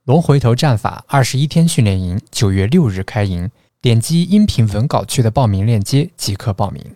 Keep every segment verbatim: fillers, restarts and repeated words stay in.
龙回头战法二十一天训练营九月六日开营，点击音频文稿区的报名链接即可报名。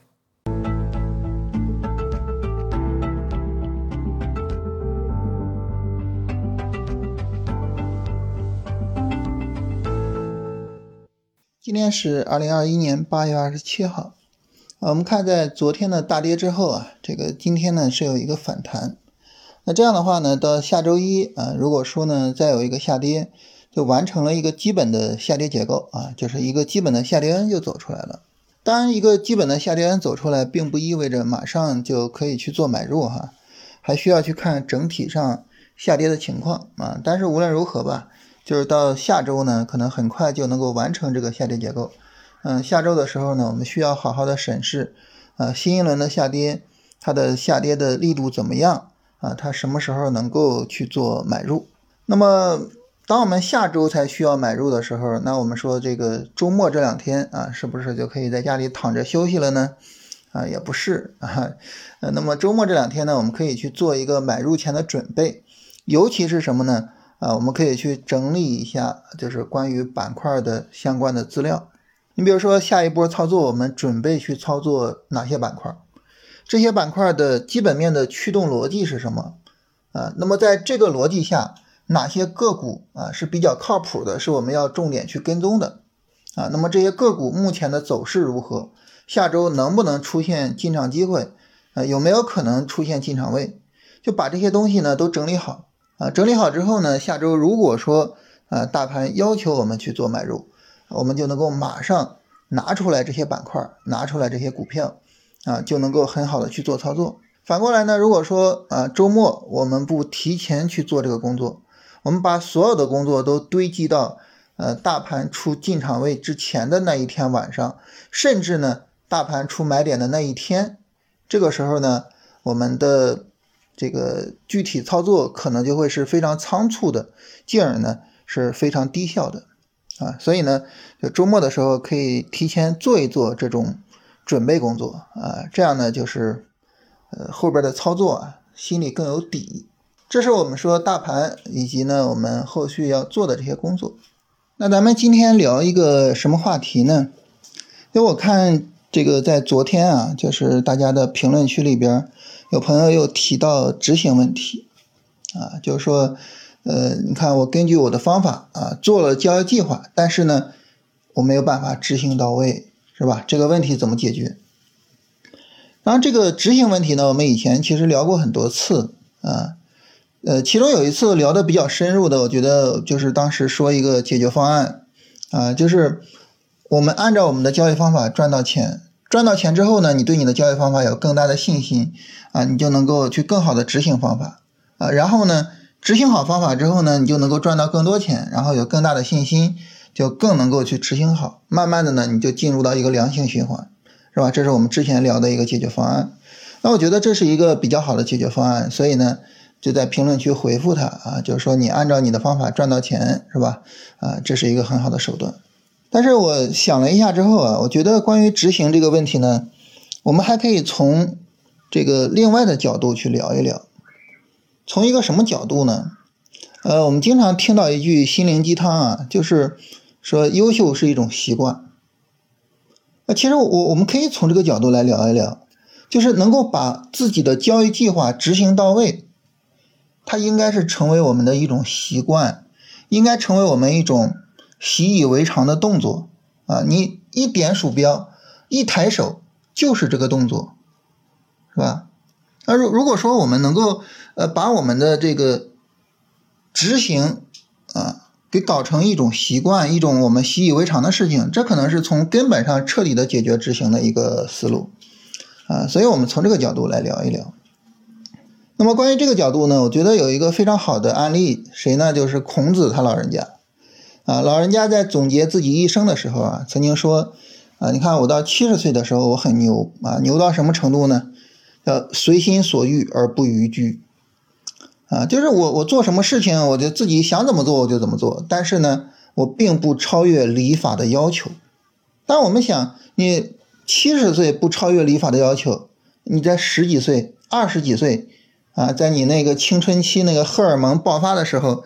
今天是二零二一年八月二十七号，我们看在昨天的大跌之后啊，这个今天呢是有一个反弹。那这样的话呢，到下周一啊，如果说呢再有一个下跌，就完成了一个基本的下跌结构啊，就是一个基本的下跌 N 就走出来了。当然，一个基本的下跌 N 走出来，并不意味着马上就可以去做买入哈，还需要去看整体上下跌的情况啊。但是无论如何吧，就是到下周呢，可能很快就能够完成这个下跌结构。嗯，下周的时候呢，我们需要好好的审视，呃，新一轮的下跌，它的下跌的力度怎么样啊？它什么时候能够去做买入？那么，当我们下周才需要买入的时候，那我们说这个周末这两天啊，是不是就可以在家里躺着休息了呢？啊，也不是啊。呃，那么周末这两天呢，我们可以去做一个买入前的准备，尤其是什么呢？啊，我们可以去整理一下，就是关于板块的相关的资料。你比如说下一波操作，我们准备去操作哪些板块？这些板块的基本面的驱动逻辑是什么？啊，那么在这个逻辑下，哪些个股啊是比较靠谱的，是我们要重点去跟踪的？啊，那么这些个股目前的走势如何？下周能不能出现进场机会？啊，有没有可能出现进场位？就把这些东西呢都整理好。啊，整理好之后呢，下周如果说啊大盘要求我们去做买入，我们就能够马上拿出来这些板块，拿出来这些股票，啊就能够很好的去做操作。反过来呢，如果说啊周末我们不提前去做这个工作，我们把所有的工作都堆积到呃大盘出进场位之前的那一天晚上，甚至呢大盘出买点的那一天，这个时候呢，我们的这个具体操作可能就会是非常仓促的，进而呢是非常低效的啊。所以呢，就周末的时候可以提前做一做这种准备工作啊，这样呢就是呃后边的操作啊心里更有底。这是我们说大盘以及呢我们后续要做的这些工作。那咱们今天聊一个什么话题呢？因为我看这个在昨天啊，就是大家的评论区里边有朋友又提到执行问题啊，就是说呃你看我根据我的方法啊做了交易计划，但是呢我没有办法执行到位，是吧？这个问题怎么解决？当然这个执行问题呢，我们以前其实聊过很多次啊，呃其中有一次聊的比较深入的，我觉得就是当时说一个解决方案啊，就是我们按照我们的交易方法赚到钱，赚到钱之后呢，你对你的交易方法有更大的信心啊，你就能够去更好的执行方法啊，然后呢，执行好方法之后呢，你就能够赚到更多钱，然后有更大的信心，就更能够去执行好，慢慢的呢，你就进入到一个良性循环，是吧？这是我们之前聊的一个解决方案。那我觉得这是一个比较好的解决方案，所以呢，就在评论区回复他啊，就是说你按照你的方法赚到钱，是吧？啊，这是一个很好的手段。但是我想了一下之后啊，我觉得关于执行这个问题呢，我们还可以从这个另外的角度去聊一聊。从一个什么角度呢？呃，我们经常听到一句心灵鸡汤啊，就是说优秀是一种习惯。那其实我我们可以从这个角度来聊一聊，就是能够把自己的交易计划执行到位，它应该是成为我们的一种习惯，应该成为我们一种习以为常的动作啊！你一点鼠标，一抬手就是这个动作，是吧？那如如果说我们能够呃把我们的这个执行啊给搞成一种习惯，一种我们习以为常的事情，这可能是从根本上彻底的解决执行的一个思路啊！所以我们从这个角度来聊一聊。那么关于这个角度呢，我觉得有一个非常好的案例，谁呢？就是孔子他老人家。啊，老人家在总结自己一生的时候啊，曾经说啊，你看我到七十岁的时候我很牛啊，牛到什么程度呢？叫随心所欲而不逾矩啊，就是我我做什么事情，我就自己想怎么做我就怎么做，但是呢，我并不超越礼法的要求。但我们想，你七十岁不超越礼法的要求，你在十几岁、二十几岁啊，在你那个青春期那个荷尔蒙爆发的时候，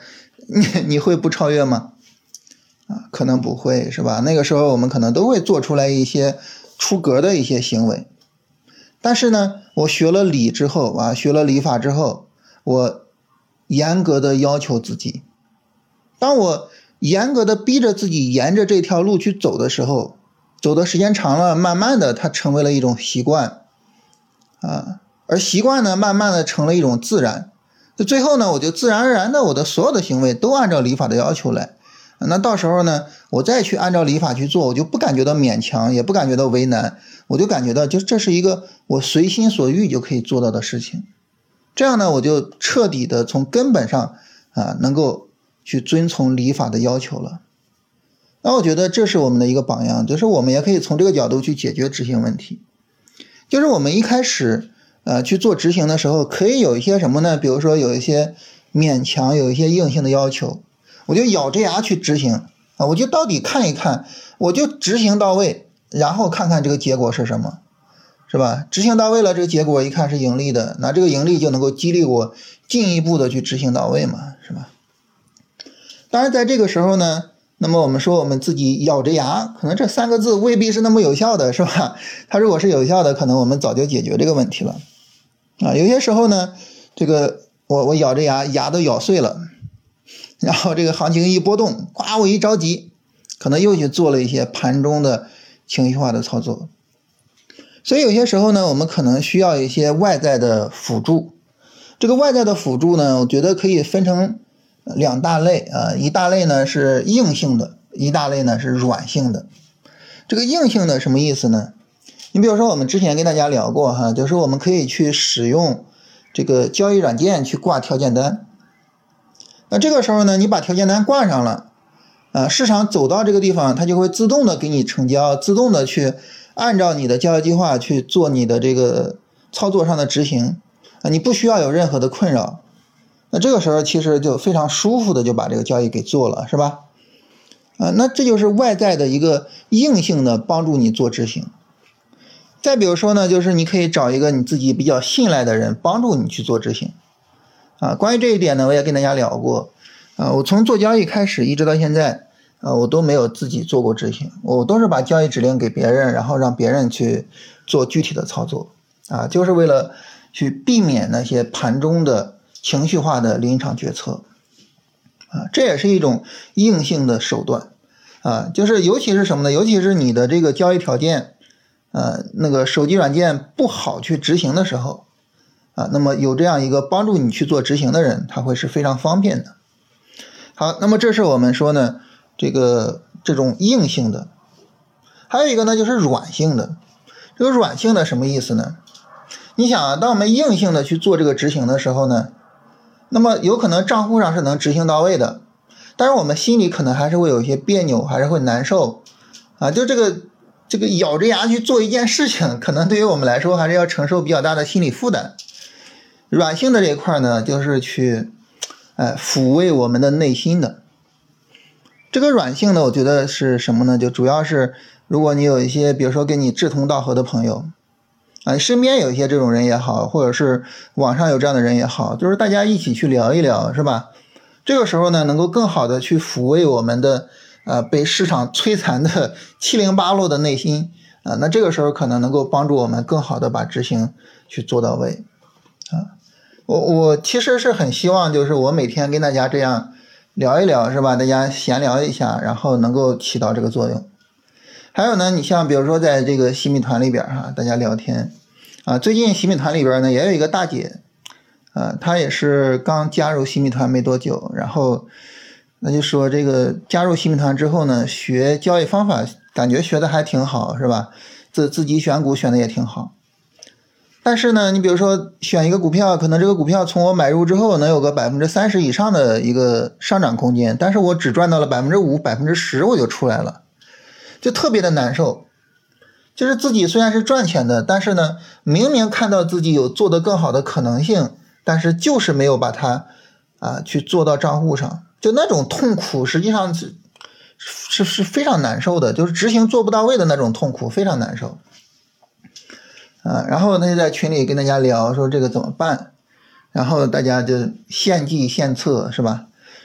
你你会不超越吗？啊，可能不会，是吧？那个时候我们可能都会做出来一些出格的一些行为。但是呢，我学了礼之后啊，学了礼法之后，我严格的要求自己。当我严格的逼着自己沿着这条路去走的时候，走的时间长了，慢慢的它成为了一种习惯啊，而习惯呢，慢慢的成了一种自然。最后呢，我就自然而然的我的所有的行为都按照礼法的要求来。那到时候呢，我再去按照礼法去做，我就不感觉到勉强，也不感觉到为难，我就感觉到就这是一个我随心所欲就可以做到的事情。这样呢，我就彻底的从根本上啊，能够去遵从礼法的要求了。那我觉得这是我们的一个榜样，就是我们也可以从这个角度去解决执行问题。就是我们一开始呃去做执行的时候，可以有一些什么呢？比如说有一些勉强，有一些硬性的要求，我就咬着牙去执行啊，我就到底看一看，我就执行到位，然后看看这个结果是什么，是吧？执行到位了，这个结果一看是盈利的，那这个盈利就能够激励我进一步的去执行到位嘛，是吧？当然在这个时候呢，那么我们说我们自己咬着牙，可能这三个字未必是那么有效的，是吧？它如果是有效的，可能我们早就解决这个问题了啊。有些时候呢，这个我我咬着牙，牙都咬碎了，然后这个行情一波动，呱，我一着急，可能又去做了一些盘中的情绪化的操作。所以有些时候呢，我们可能需要一些外在的辅助。这个外在的辅助呢，我觉得可以分成两大类啊，一大类呢是硬性的，一大类呢是软性的。这个硬性的什么意思呢？你比如说我们之前跟大家聊过哈，就是我们可以去使用这个交易软件去挂条件单。那这个时候呢，你把条件单挂上了啊，市场走到这个地方，它就会自动的给你成交，自动的去按照你的交易计划去做你的这个操作上的执行啊，你不需要有任何的困扰。那这个时候其实就非常舒服的就把这个交易给做了，是吧？啊，那这就是外在的一个硬性的帮助你做执行。再比如说呢，就是你可以找一个你自己比较信赖的人帮助你去做执行。啊，关于这一点呢，我也跟大家聊过。啊，我从做交易开始一直到现在，啊，我都没有自己做过执行，我都是把交易指令给别人，然后让别人去做具体的操作。啊，就是为了去避免那些盘中的情绪化的临场决策。啊，这也是一种硬性的手段。啊，就是尤其是什么呢？尤其是你的这个交易条件，呃，那个手机软件不好去执行的时候。啊，那么有这样一个帮助你去做执行的人，他会是非常方便的。好，那么这是我们说呢，这个这种硬性的。还有一个呢，就是软性的。这个软性的什么意思呢？你想啊，当我们硬性的去做这个执行的时候呢，那么有可能账户上是能执行到位的，但是我们心里可能还是会有一些别扭，还是会难受啊。就这个这个咬着牙去做一件事情，可能对于我们来说还是要承受比较大的心理负担。软性的这一块呢，就是去哎抚慰我们的内心的。这个软性的我觉得是什么呢？就主要是如果你有一些比如说跟你志同道合的朋友啊，你身边有一些这种人也好，或者是网上有这样的人也好，就是大家一起去聊一聊，是吧？这个时候呢，能够更好的去抚慰我们的呃被市场摧残的七零八落的内心啊，那这个时候可能能够帮助我们更好的把执行去做到位啊。我我其实是很希望就是我每天跟大家这样聊一聊，是吧？大家闲聊一下，然后能够起到这个作用。还有呢，你像比如说在这个洗米团里边哈，大家聊天啊，最近洗米团里边呢也有一个大姐啊，她也是刚加入洗米团没多久，然后那就说这个加入洗米团之后呢，学交易方法感觉学的还挺好，是吧？自自己选股选的也挺好。但是呢，你比如说选一个股票，可能这个股票从我买入之后能有个 百分之三十 以上的一个上涨空间，但是我只赚到了 百分之五、百分之十 我就出来了，就特别的难受。就是自己虽然是赚钱的，但是呢，明明看到自己有做得更好的可能性，但是就是没有把它啊去做到账户上，就那种痛苦实际上是是是非常难受的，就是执行做不到位的那种痛苦非常难受。啊，然后他就在群里跟大家聊说这个怎么办，然后大家就献计献策，是吧？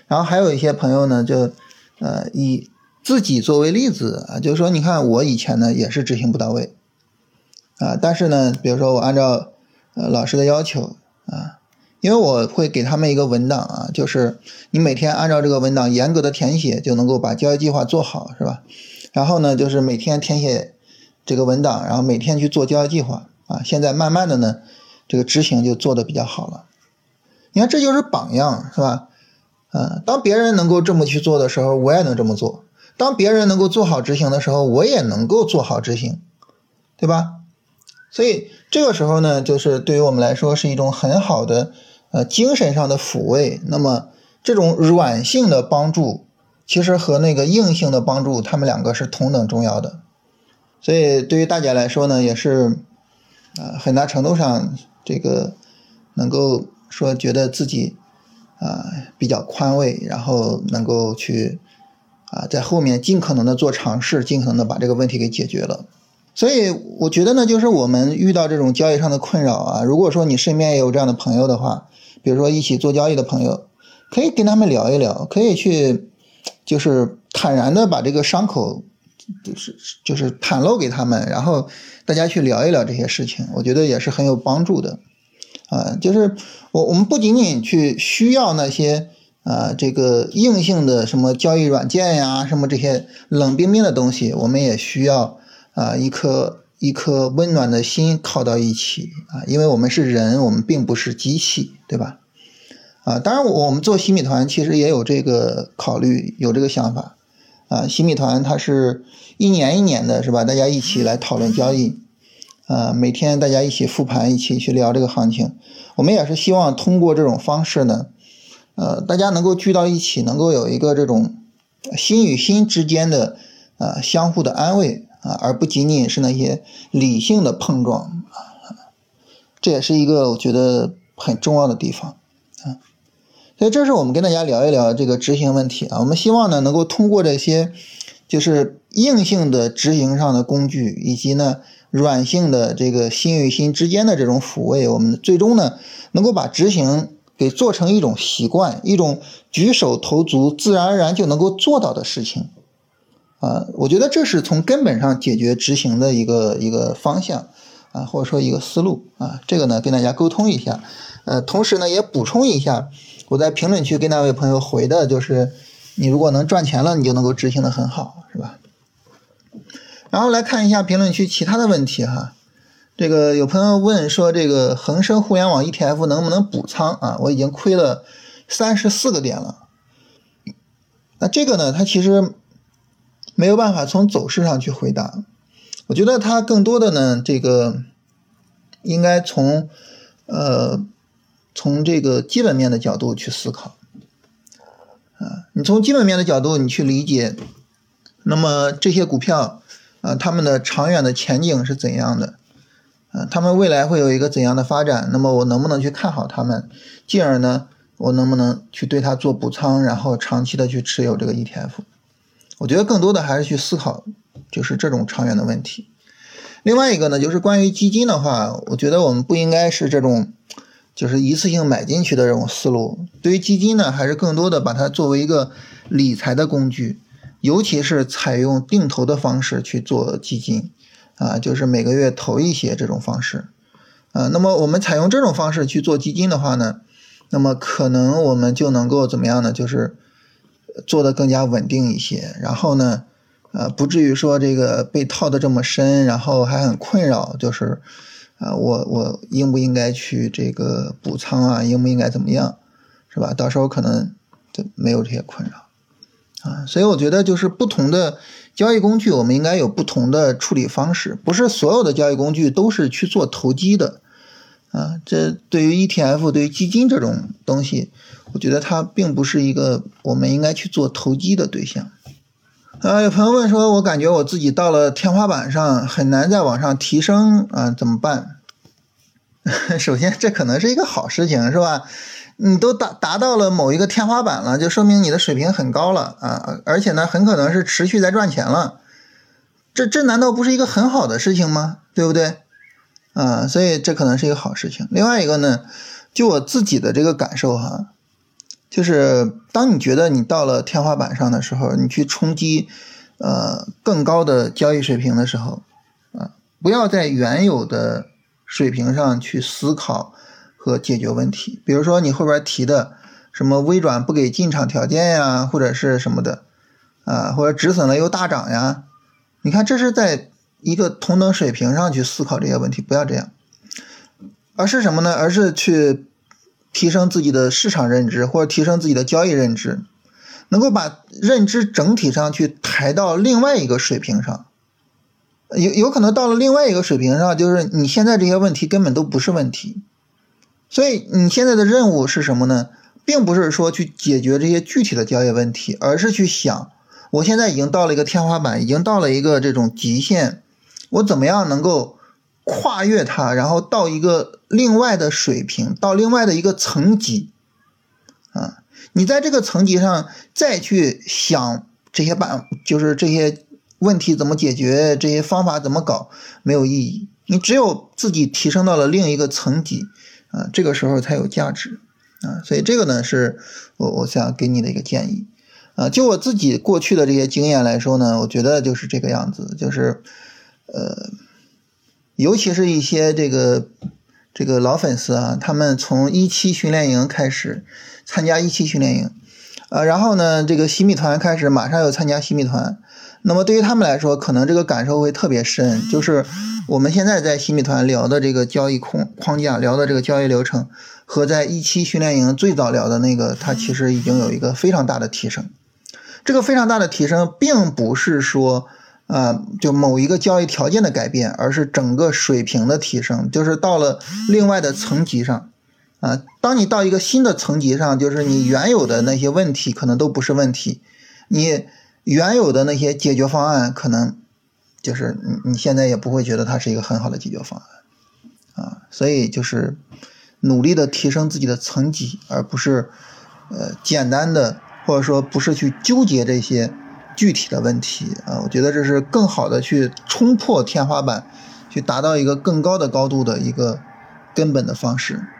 然后还有一些朋友呢，就呃以自己作为例子啊，就是说你看我以前呢也是执行不到位啊，但是呢，比如说我按照呃老师的要求啊，因为我会给他们一个文档啊，就是你每天按照这个文档严格的填写，就能够把交易计划做好，是吧？然后呢，就是每天填写这个文档，然后每天去做交易计划啊。现在慢慢的呢，这个执行就做得比较好了。你看，这就是榜样，是吧？呃，当别人能够这么去做的时候，我也能这么做；当别人能够做好执行的时候，我也能够做好执行，对吧？所以这个时候呢，就是对于我们来说是一种很好的呃精神上的抚慰。那么这种软性的帮助，其实和那个硬性的帮助，他们两个是同等重要的。所以对于大家来说呢，也是呃很大程度上这个能够说觉得自己啊、呃、比较宽慰，然后能够去啊、呃、在后面尽可能的做尝试，尽可能的把这个问题给解决了。所以我觉得呢，就是我们遇到这种交易上的困扰啊，如果说你身边也有这样的朋友的话，比如说一起做交易的朋友，可以跟他们聊一聊，可以去就是坦然的把这个伤口就是就是袒露给他们，然后大家去聊一聊这些事情，我觉得也是很有帮助的啊。就是我我们不仅仅去需要那些啊这个硬性的什么交易软件呀，什么这些冷冰冰的东西，我们也需要啊一颗一颗温暖的心靠到一起啊，因为我们是人，我们并不是机器，对吧？啊，当然我们做洗米团其实也有这个考虑，有这个想法啊。洗米团它是一年一年的，是吧？大家一起来讨论交易啊，每天大家一起复盘，一起去聊这个行情。我们也是希望通过这种方式呢，呃，大家能够聚到一起，能够有一个这种心与心之间的啊相互的安慰啊，而不仅仅是那些理性的碰撞啊。这也是一个我觉得很重要的地方啊。所以这是我们跟大家聊一聊这个执行问题啊。我们希望呢能够通过这些就是硬性的执行上的工具，以及呢软性的这个心与心之间的这种抚慰，我们最终呢能够把执行给做成一种习惯，一种举手投足自然而然就能够做到的事情啊。我觉得这是从根本上解决执行的一个一个方向啊，或者说一个思路啊。这个呢跟大家沟通一下，呃，同时呢也补充一下，我在评论区跟那位朋友回的就是，你如果能赚钱了，你就能够执行的很好，是吧？然后来看一下评论区其他的问题哈。这个有朋友问说，这个恒生互联网 E T F 能不能补仓啊？我已经亏了三十四个点了。那这个呢，它其实没有办法从走势上去回答。我觉得它更多的呢，这个应该从呃从这个基本面的角度去思考啊。你从基本面的角度你去理解，那么这些股票啊，他们的长远的前景是怎样的？啊，他们未来会有一个怎样的发展？那么我能不能去看好他们？进而呢，我能不能去对它做补仓，然后长期的去持有这个 E T F？ 我觉得更多的还是去思考就是这种长远的问题。另外一个呢，就是关于基金的话，我觉得我们不应该是这种就是一次性买进去的这种思路。对于基金呢，还是更多的把它作为一个理财的工具，尤其是采用定投的方式去做基金啊，就是每个月投一些这种方式啊。那么我们采用这种方式去做基金的话呢，那么可能我们就能够怎么样呢？就是做得更加稳定一些，然后呢呃，不至于说这个被套得这么深，然后还很困扰，就是啊、呃，我我应不应该去这个补仓啊，应不应该怎么样，是吧？到时候可能就没有这些困扰啊。所以我觉得就是不同的交易工具，我们应该有不同的处理方式，不是所有的交易工具都是去做投机的啊。这对于 E T F 对于基金这种东西，我觉得它并不是一个我们应该去做投机的对象。呃，有朋友问说，我感觉我自己到了天花板上，很难再往上提升啊，怎么办？首先，这可能是一个好事情，是吧？你都达达到了某一个天花板了，就说明你的水平很高了啊，而且呢，很可能是持续在赚钱了。这这难道不是一个很好的事情吗？对不对？啊，所以这可能是一个好事情。另外一个呢，就我自己的这个感受哈， 就是当你觉得你到了天花板上的时候，你去冲击呃更高的交易水平的时候啊，不要在原有的水平上去思考和解决问题。比如说你后边提的什么微转不给进场条件呀，或者是什么的啊，或者止损了又大涨呀，你看这是在一个同等水平上去思考这些问题，不要这样。而是什么呢？而是去提升自己的市场认知，或者提升自己的交易认知，能够把认知整体上去抬到另外一个水平上。有有可能到了另外一个水平上，就是你现在这些问题根本都不是问题。所以你现在的任务是什么呢？并不是说去解决这些具体的交易问题，而是去想，我现在已经到了一个天花板，已经到了一个这种极限，我怎么样能够跨越它，然后到一个另外的水平，到另外的一个层级啊！你在这个层级上再去想这些办，就是这些问题怎么解决，这些方法怎么搞，没有意义。你只有自己提升到了另一个层级啊，这个时候才有价值啊！所以这个呢，是我我想给你的一个建议啊。就我自己过去的这些经验来说呢，我觉得就是这个样子，就是呃。尤其是一些这个这个老粉丝啊，他们从一期训练营开始参加一期训练营，呃，然后呢，这个洗米团开始马上要参加洗米团，那么对于他们来说，可能这个感受会特别深，就是我们现在在洗米团聊的这个交易框框架，聊的这个交易流程，和在一期训练营最早聊的那个，它其实已经有一个非常大的提升。这个非常大的提升，并不是说啊，就某一个交易条件的改变，而是整个水平的提升，就是到了另外的层级上啊。当你到一个新的层级上，就是你原有的那些问题可能都不是问题，你原有的那些解决方案可能就是你你现在也不会觉得它是一个很好的解决方案啊。所以就是努力的提升自己的层级，而不是呃简单的，或者说不是去纠结这些具体的问题啊，我觉得这是更好的去冲破天花板，去达到一个更高的高度的一个根本的方式。